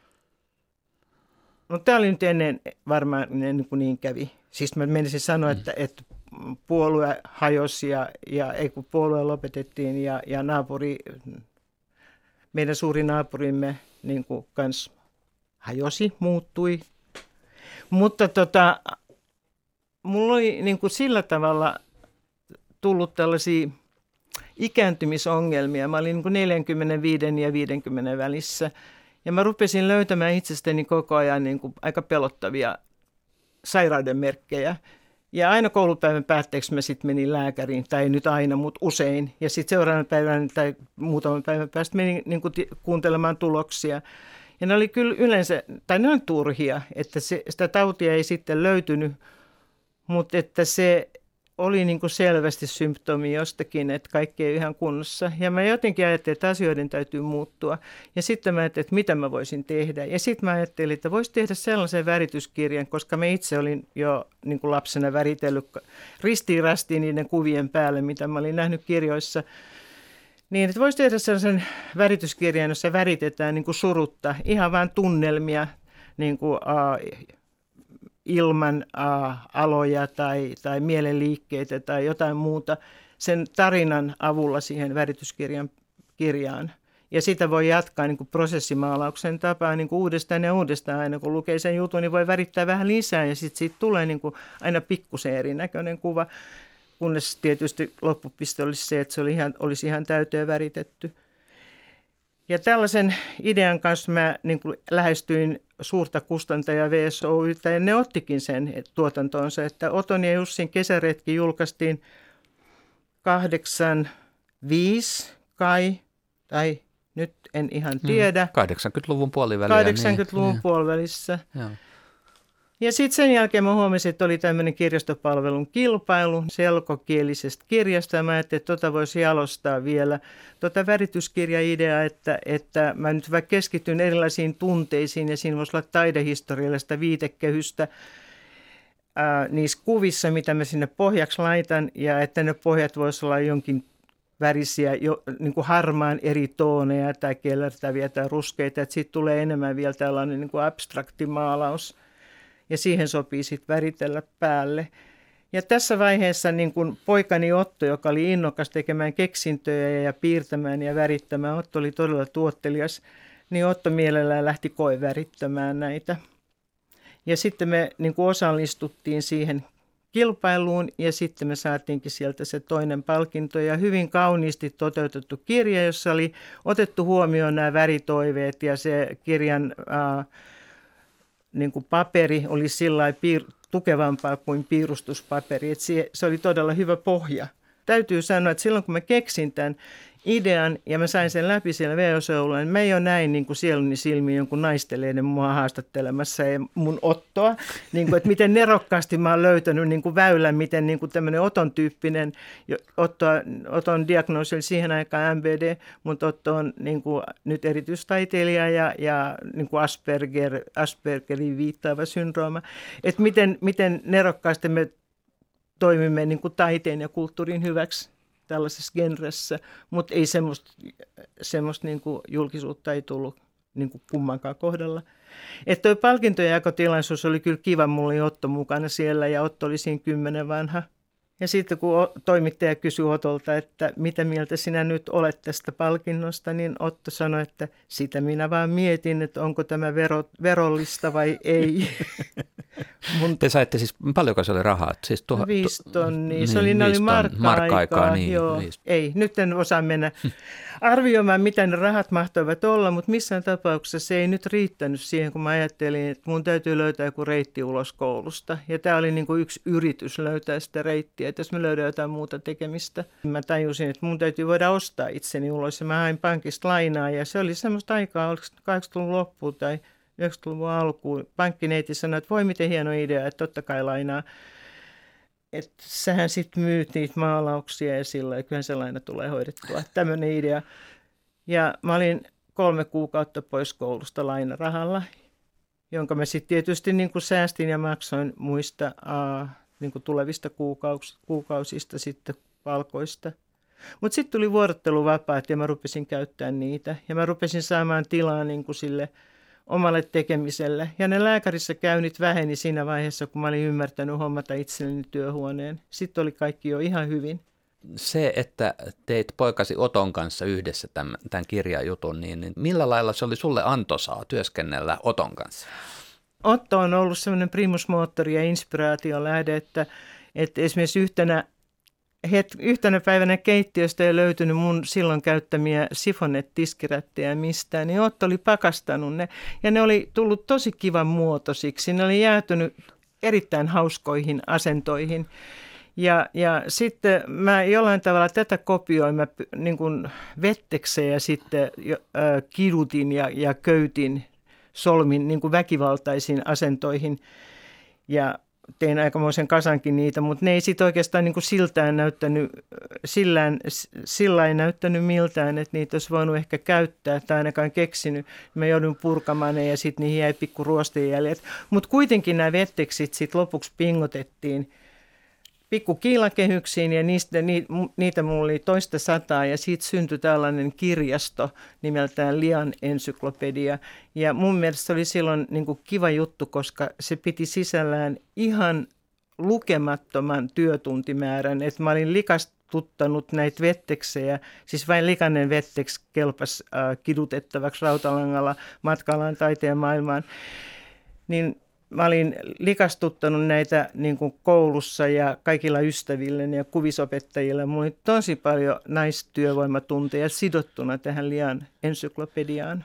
no tämä oli nyt ennen varmaan niin kuin niin kävi. Siis mä menisin sanoa, mm. että, että puolue hajosi ja, ja ei kun puolue lopetettiin ja, ja naapuri, meidän suuri naapurimme niin kuin kans hajosi, muuttui. Mutta tota, mulla oli niin kuin sillä tavalla tullut tällaisia ikääntymisongelmia. Mä olin niin kuin neljäkymmentäviisi ja viisikymmentä välissä. Ja mä rupesin löytämään itsestäni koko ajan niin kuin aika pelottavia sairauden merkkejä. Ja aina koulupäivän päätteeksi mä sitten menin lääkäriin, tai nyt aina, mutta usein. Ja sitten seuraavan päivän tai muutaman päivän päästä menin niin kuin kuuntelemaan tuloksia. Ja ne oli kyllä yleensä, tai ne on turhia, että se, sitä tautia ei sitten löytynyt, mutta että se oli niin kuin selvästi symptomi jostakin, että kaikki ei ihan kunnossa. Ja mä jotenkin ajattelin, että asioiden täytyy muuttua. Ja sitten mä ajattelin, että mitä mä voisin tehdä. Ja sitten mä ajattelin, että voisi tehdä sellaisen värityskirjan, koska mä itse olin jo niin kuin lapsena väritellyt ristiin rastiin niiden kuvien päälle, mitä mä olin nähnyt kirjoissa. Niin, että voisi tehdä sellaisen värityskirjan, jossa väritetään niin kuin surutta, ihan vain tunnelmia, niin kuin, uh, ilman uh, aloja tai, tai mielenliikkeitä tai jotain muuta sen tarinan avulla siihen värityskirjan kirjaan. Ja sitä voi jatkaa niin kuin prosessimaalauksen tapaan niin kuin uudestaan ja uudestaan. Aina kun lukee sen jutun, niin voi värittää vähän lisää ja sitten siitä tulee niin kuin aina pikkusen erinäköinen kuva. Kunnes tietysti loppupiste olisi se, että se oli ihan, olisi ihan täyteen väritetty. Ja tällaisen idean kanssa mä niin kuin lähestyin suurta kustantajaa V S Oy:tä ja ne ottikin sen tuotantoonsa. Että Oton ja Jussin kesäretki julkaistiin kahdeksankymmentäviisi kai, tai nyt en ihan tiedä. Mm, kahdeksankymmentäluvun puolivälissä. kahdeksankymmentäluvun niin, puolivälissä. Joo. Ja sitten sen jälkeen mä huomasin, että oli tämmöinen kirjastopalvelun kilpailu selkokielisestä kirjasta. Ja mä ajattelin, että tota voisi jalostaa vielä. Tota värityskirja-idea, että, että mä nyt vaikka keskityn erilaisiin tunteisiin ja siinä voisi olla taidehistoriallista viitekehystä ää, niissä kuvissa, mitä mä sinne pohjaksi laitan. Ja että ne pohjat voisi olla jonkin värisiä, jo, niin kuin harmaan eri tooneja tai kellertäviä tai ruskeita. Että siitä tulee enemmän vielä tällainen niin kuin abstrakti maalaus. Ja siihen sopii sitten väritellä päälle. Ja tässä vaiheessa niin kun poikani Otto, joka oli innokas tekemään keksintöjä ja piirtämään ja värittämään, Otto oli todella tuottelias, niin Otto mielellään lähti koevärittämään näitä. Ja sitten me niin kun osallistuttiin siihen kilpailuun ja sitten me saatiinkin sieltä se toinen palkinto ja hyvin kauniisti toteutettu kirja, jossa oli otettu huomioon nämä väritoiveet ja se kirjan Äh, niin kuin paperi oli sillä piir- tukevampaa kuin piirustuspaperi. Että se, se oli todella hyvä pohja. Täytyy sanoa, että silloin kun mä keksin tämän idean ja mä sain sen läpi siellä V S O:lla, niin mä jo näin niin kuin sieluni silmiin jonkun naisteleiden mua haastattelemassa ja mun Ottoa. Niin kuin, että miten nerokkaasti mä oon löytänyt niin kuin väylän, miten niin kuin tämmöinen Oton tyyppinen, Otto, Oton diagnoosi oli siihen aikaan M B D, mutta Otto on niin kuin nyt erityistaiteilija ja, ja niin kuin Asperger, Aspergerin viittaava syndrooma. Että miten, miten nerokkaasti me toimimme niin kuin taiteen ja kulttuurin hyväksi tällaisessa genressä, mutta ei semmoista, semmoista niin kuin julkisuutta ei tullut niin kuin kummankaan kohdalla. Että tuo palkintojakotilaisuus oli kyllä kiva, mulla oli Otto mukana siellä ja Otto oli siinä kymmenen vanha. Ja sitten kun toimittaja kysyi Otolta, että mitä mieltä sinä nyt olet tästä palkinnosta, niin Otto sanoi, että sitä minä vaan mietin, että onko tämä vero, verollista vai ei. Mun... Te saitte siis, paljonko se oli rahaa? Siis tuha... Viisi tonnia, niin, se oli, ne oli markka-aikaa. Niin, joo. Ei, nyt en osaa mennä arvioimaan, mitä ne rahat mahtoivat olla, mutta missään tapauksessa se ei nyt riittänyt siihen, kun mä ajattelin, että mun täytyy löytää joku reitti ulos koulusta. Ja tämä oli niin kuin yksi yritys löytää sitä reittiä, että jos me löydän jotain muuta tekemistä. Mä tajusin, että mun täytyy voida ostaa itseni ulos ja mä hain pankista lainaa ja se oli semmoista aikaa, oliko kahdeksankymmentäluvun loppuun tai yhdeksänkymmentäluvun alkuun. Pankkineiti sanoi, että voi miten hieno idea, että totta kai lainaa. Että sähän sitten myyt niitä maalauksia ja sillä ja kyllähän se laina tulee hoidettua. Tämmöinen idea. Ja mä olin kolme kuukautta pois koulusta lainarahalla, jonka mä sitten tietysti niin kuin säästin ja maksoin muista uh, niin kuin tulevista kuukaus- kuukausista sitten palkoista. Mutta sitten tuli vuorotteluvapaat ja mä rupesin käyttämään niitä. Ja mä rupesin saamaan tilaa niin kuin sille omalle tekemiselle. Ja ne lääkärissä käynnit väheni siinä vaiheessa, kun mä olin ymmärtänyt hommata itselleni työhuoneen. Sitten oli kaikki jo ihan hyvin. Se, että teit poikasi Oton kanssa yhdessä tämän, tämän kirjajutun, niin, niin millä lailla se oli sulle antoisaa työskennellä Oton kanssa? Otto on ollut semmoinen primusmoottori ja inspiraation lähde, että, että esimerkiksi yhtenä het, yhtenä päivänä keittiöstä ei löytynyt mun silloin käyttämiä Sifonet-tiskirättejä mistään, niin Otto oli pakastanut ne. Ja ne oli tullut tosi kivan muotoisiksi. Ne oli jäätynyt erittäin hauskoihin asentoihin. Ja, ja sitten mä jollain tavalla tätä kopioin, mä niin kuin vettekseen ja sitten äh, kidutin ja, ja köytin, solmin niin kuin väkivaltaisiin asentoihin ja tein aikamoisen kasankin niitä, mutta ne ei sitten oikeastaan niin kuin siltään näyttänyt, sillään, sillä ei näyttänyt miltään, että niitä olisi voinut ehkä käyttää tai ainakaan keksinyt. Mä joudun purkamaan ne ja sitten niihin jäi pikku ruostejäljet. Mutta kuitenkin nämä vetteksit sitten lopuksi pingotettiin pikku kiilakehyksiin ja niistä, niitä mulla oli toista sataa ja siitä syntyi tällainen kirjasto nimeltään Lian ensyklopedia. Ja mun mielestä se oli silloin niin kuin kiva juttu, koska se piti sisällään ihan lukemattoman työtuntimäärän. Että mä olin likastuttanut näitä vetteksejä, siis vain likainen vetteks kelpas äh, kidutettavaksi rautalangalla matkallaan taiteen maailmaan. Niin mä olin likastuttanut näitä niin kuin koulussa ja kaikilla ystävilleni ja kuvisopettajilla. Mulla oli tosi paljon naistyövoimatunteja sidottuna tähän Lian ensyklopediaan.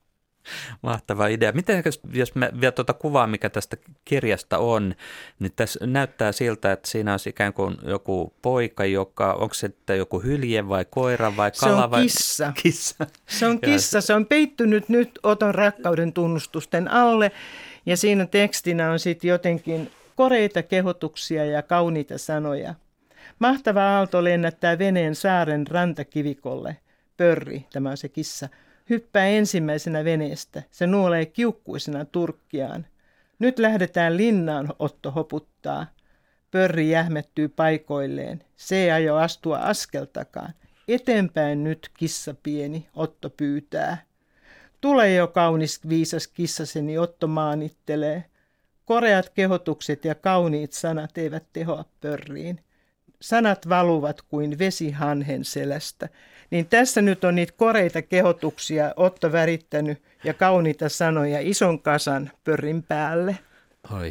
Mahtava idea. Miten jos me vielä tuota kuvaa, mikä tästä kirjasta on, niin tässä näyttää siltä, että siinä on ikään kuin joku poika, joka, onko se joku hylje vai koira vai kala? Se on vai kissa. kissa. Se on kissa. Se on peittynyt nyt Oton rakkauden tunnustusten alle. Ja siinä tekstinä on sitten jotenkin koreita kehotuksia ja kauniita sanoja. Mahtava aalto lennättää veneen saaren rantakivikolle. Pörri, tämä on se kissa, hyppää ensimmäisenä veneestä. Se nuolee kiukkuisena turkkiaan. Nyt lähdetään linnaan, Otto hoputtaa. Pörri jähmettyy paikoilleen. Se ei aio astua askeltakaan. Eteenpäin nyt, kissa pieni, Otto pyytää. Tule jo kaunis viisas kissaseni, Otto maanittelee. Koreat kehotukset ja kauniit sanat eivät tehoa pörriin. Sanat valuvat kuin vesi hanhen selästä. Niin tässä nyt on niitä koreita kehotuksia Otto värittänyt ja kauniita sanoja ison kasan pörrin päälle. Oi,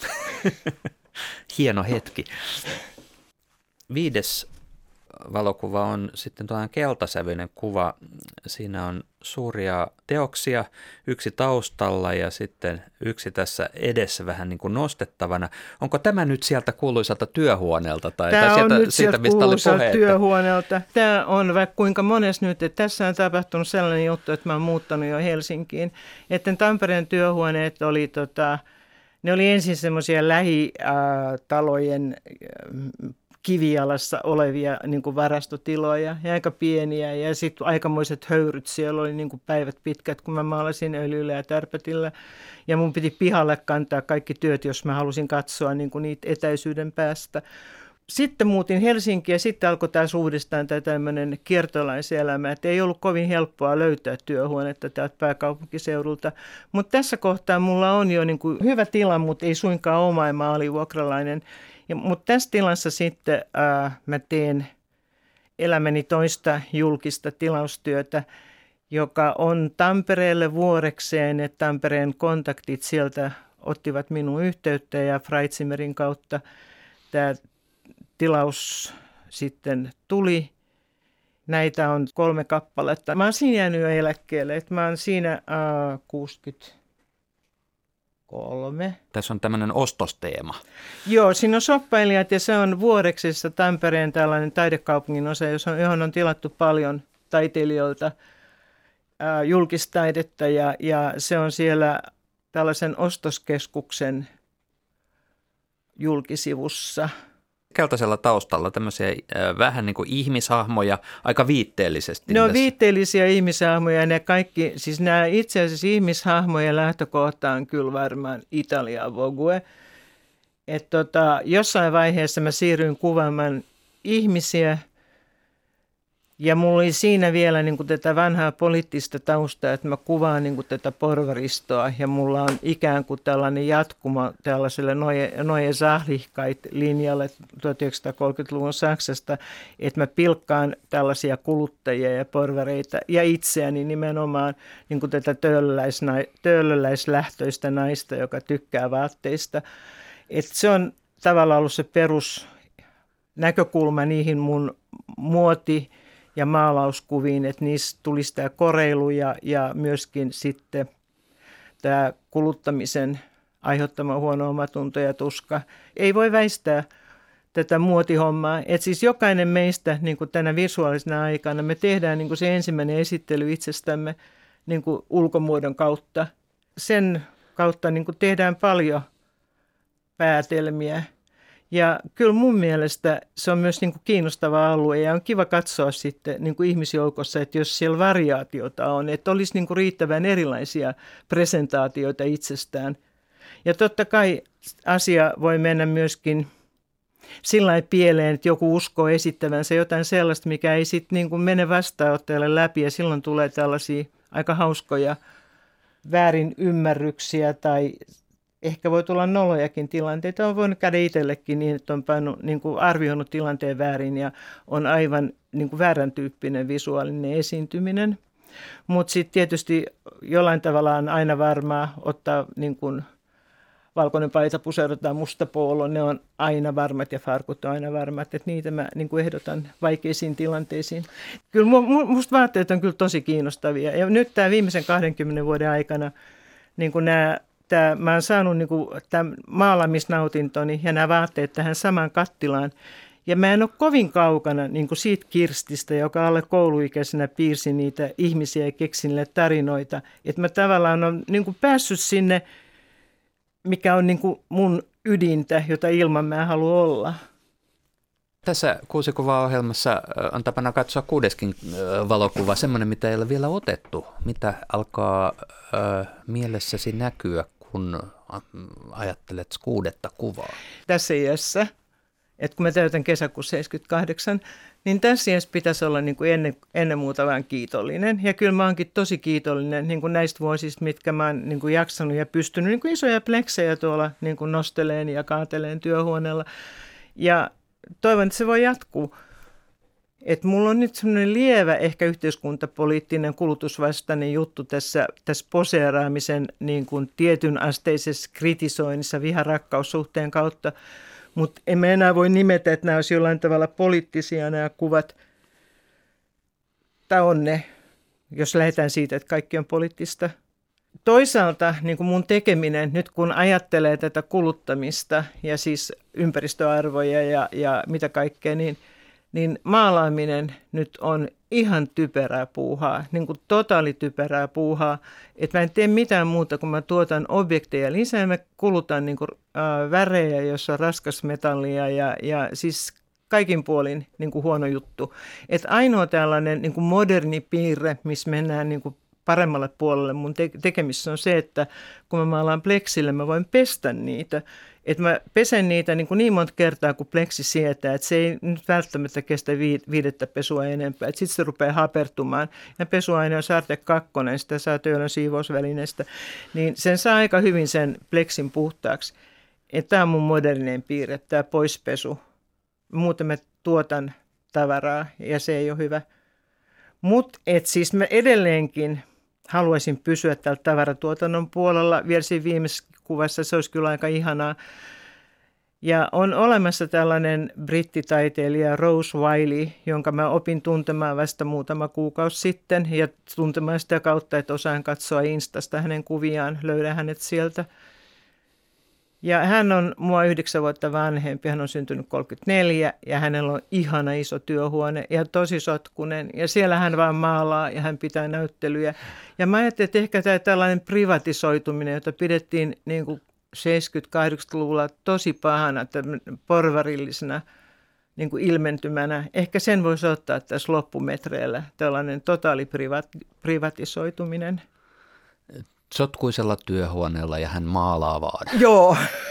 hieno hetki. Viides valokuva on sitten tuollainen keltasävyinen kuva. Siinä on suuria teoksia, yksi taustalla ja sitten yksi tässä edessä vähän niin kuin nostettavana. Onko tämä nyt sieltä kuuluisalta työhuoneelta? Tai, Tämä tai sieltä, on nyt siitä, sieltä mistä oli puhe, työhuoneelta. Tämä on vaikka kuinka mones nyt, että tässä on tapahtunut sellainen juttu, että mä oon muuttanut jo Helsinkiin. Että Tampereen työhuoneet oli, tota, ne oli ensin semmoisia lähitalojen kivijalassa olevia niin kuin varastotiloja ja aika pieniä ja sitten aikamoiset höyryt. Siellä oli niin kuin päivät pitkät, kun mä maalasin öljyllä ja tärpätillä ja mun piti pihalle kantaa kaikki työt, jos mä halusin katsoa niin kuin niitä etäisyyden päästä. Sitten muutin Helsinkiin ja sitten alkoi taas uudestaan tämä tämmöinen kiertolaiselämä, että ei ollut kovin helppoa löytää työhuonetta täältä pääkaupunkiseudulta. Mutta tässä kohtaa mulla on jo niin kuin hyvä tila, mutta ei suinkaan oma ja mä olin vuokralainen. Ja, mutta tässä tilassa sitten äh, mä teen elämäni toista julkista tilaustyötä, joka on Tampereelle vuorekseen, että Tampereen kontaktit sieltä ottivat minun yhteyttä ja Freitzimerin kautta tämä tilaus sitten tuli. Näitä on kolme kappaletta. Mä oon siinä jäänyt jo eläkkeelle, että mä oon siinä äh, kuusikymmentäkolme. Tässä on tämmöinen ostosteema. Joo, siinä on shoppailijat ja se on vuoreksessa Tampereen tällainen taidekaupungin osa, johon on tilattu paljon taiteilijoilta äh, julkistaidetta ja, ja se on siellä tällaisen ostoskeskuksen julkisivussa. Keltaisella taustalla tämmöisiä äh, vähän niin kuin ihmishahmoja aika viitteellisesti. Ne on viitteellisiä ihmishahmoja ja ne kaikki, siis nämä itse asiassa ihmishahmojen lähtökohta on kyllä varmaan Italia Vogue. Että tota, jossain vaiheessa mä siirryin kuvaamaan ihmisiä ja mulla oli siinä vielä niin kuin tätä vanhaa poliittista taustaa, että mä kuvaan niin kuin tätä porvaristoa ja mulla on ikään kuin tällainen jatkuma tällaiselle Neue, Neue Sachlichkeit-linjalle tuhatyhdeksänsataakolmekymmentäluvun Saksasta, että mä pilkkaan tällaisia kuluttajia ja porvareita ja itseäni nimenomaan niin kuin tätä töölöläislähtöistä naista, joka tykkää vaatteista. Että se on tavallaan ollut se perus näkökulma niihin mun muoti- ja maalauskuviin, että niissä tulisi tämä koreilu ja, ja myöskin sitten tämä kuluttamisen aiheuttama huono omatunto ja tuska. Ei voi väistää tätä muotihommaa. Että siis jokainen meistä niin kuin tänä visuaalisena aikana me tehdään niin kuin se ensimmäinen esittely itsestämme niin kuin ulkomuodon kautta. Sen kautta niin kuin tehdään paljon päätelmiä. Ja kyllä mun mielestä se on myös niin kuin kiinnostava alue ja on kiva katsoa sitten niin kuin ihmisjoukossa, että jos siellä variaatiota on, että olisi niin kuin riittävän erilaisia presentaatioita itsestään. Ja totta kai asia voi mennä myöskin sillä lailla pieleen, että joku uskoo esittävänsä jotain sellaista, mikä ei sitten niin kuin mene vastaanottajalle läpi ja silloin tulee tällaisia aika hauskoja väärin ymmärryksiä tai ehkä voi tulla nolojakin tilanteita. On voinut käydä itsellekin niin, että on pannut, niin kuin arvioinut tilanteen väärin ja on aivan niin kuin väärän tyyppinen visuaalinen esiintyminen. Mutta sitten tietysti jollain tavalla on aina varmaa ottaa niin kuin valkoinen paita, pusero tai musta poolo. Ne on aina varmat ja farkut on aina varmat. Että niitä mä niin kuin ehdotan vaikeisiin tilanteisiin. Kyllä musta vaatteet on kyllä tosi kiinnostavia. Ja nyt tämä viimeisen kahdenkymmenen vuoden aikana niin kuin nämä Tämä, mä oon saanut niin kuin, tämän maalaamisnautintoni ja nämä vaatteet tähän samaan kattilaan. Ja mä en ole kovin kaukana niin kuin siitä Kirstistä, joka alle kouluikäisenä piirsi niitä ihmisiä ja keksi niille tarinoita. Että mä tavallaan olen niin kuin päässyt sinne, mikä on niin kuin mun ydintä, jota ilman mä haluan olla. Tässä kuusi kuvaa -ohjelmassa on tapana katsoa kuudeskin valokuva, semmoinen, mitä ei ole vielä otettu. Mitä alkaa äh, mielessäsi näkyä, kun ajattelet kuudetta kuvaa? Tässä iässä, että kun mä täytän kesäkuussa seitsemänkymmentäkahdeksan, niin tässä iässä pitäisi olla niin kuin ennen, ennen muuta vaan kiitollinen. Ja kyllä mä oonkin tosi kiitollinen niin kuin näistä vuosista, mitkä mä oon niin kuin jaksanut ja pystynyt niin kuin isoja pleksejä tuolla niin kuin nosteleen ja kaateleen työhuoneella. Ja toivon, että se voi jatkuu. Että mulla on nyt semmoinen lievä ehkä yhteiskuntapoliittinen kulutusvastainen juttu tässä, tässä poseeraamisen niin kuin tietyn asteisessa kritisoinnissa viha-rakkaussuhteen kautta. Mutta emme enää voi nimetä, että nämä olisi jollain tavalla poliittisia nämä kuvat. Tai on ne, jos lähdetään siitä, että kaikki on poliittista. Toisaalta niin kuin mun tekeminen, nyt kun ajattelee tätä kuluttamista ja siis ympäristöarvoja ja, ja mitä kaikkea, niin, niin maalaaminen nyt on ihan typerää puuhaa, niin kuin totaalityperää puuhaa. Että mä en tee mitään muuta, kun mä tuotan objekteja lisää, mä kulutan niin kuin, äh, värejä, joissa on raskasmetallia ja, ja siis kaikin puolin niin kuin huono juttu. Että ainoa tällainen niin kuin moderni piirre, missä mennään niin kuin paremmalle puolelle mun te- tekemissä on se, että kun mä maalaan pleksille, mä voin pestä niitä. Että mä pesen niitä niin, kuin niin monta kertaa, kun pleksi sietää, että se ei nyt välttämättä kestä viidettä pesua enempää. Sitten se rupeaa hapertumaan. Ja pesuaine on Sarte kakkonen, sitä saa Töölön siivousvälineestä. Niin sen saa aika hyvin sen pleksin puhtaaksi. Tämä on mun moderninen piirre, tämä poispesu. Muuten mä tuotan tavaraa ja se ei ole hyvä. Mutta siis mä edelleenkin haluaisin pysyä täällä tavaratuotannon puolella. Vielä siinä viimeisessä kuvassa se olisi kyllä aika ihanaa. Ja on olemassa tällainen brittitaiteilija Rose Wiley, jonka mä opin tuntemaan vasta muutama kuukausi sitten. Ja tuntemaan sitä kautta, että osaan katsoa Instasta hänen kuviaan, löydän hänet sieltä. Ja hän on mua yhdeksän vuotta vanhempi, hän on syntynyt kolmekymmentäneljä ja hänellä on ihana iso työhuone ja tosi sotkunen. Ja siellä hän vaan maalaa ja hän pitää näyttelyjä. Ja mä ajattelin, että ehkä tämä tällainen privatisoituminen, jota pidettiin niin kuin seitsemänkymmentä-kahdeksankymmentäluvulla tosi pahana, porvarillisena niin kuin ilmentymänä. Ehkä sen voisi ottaa tässä loppumetreillä, tällainen totaali privatisoituminen. Sotkuisella työhuoneella ja hän maalaa vaan. Joo.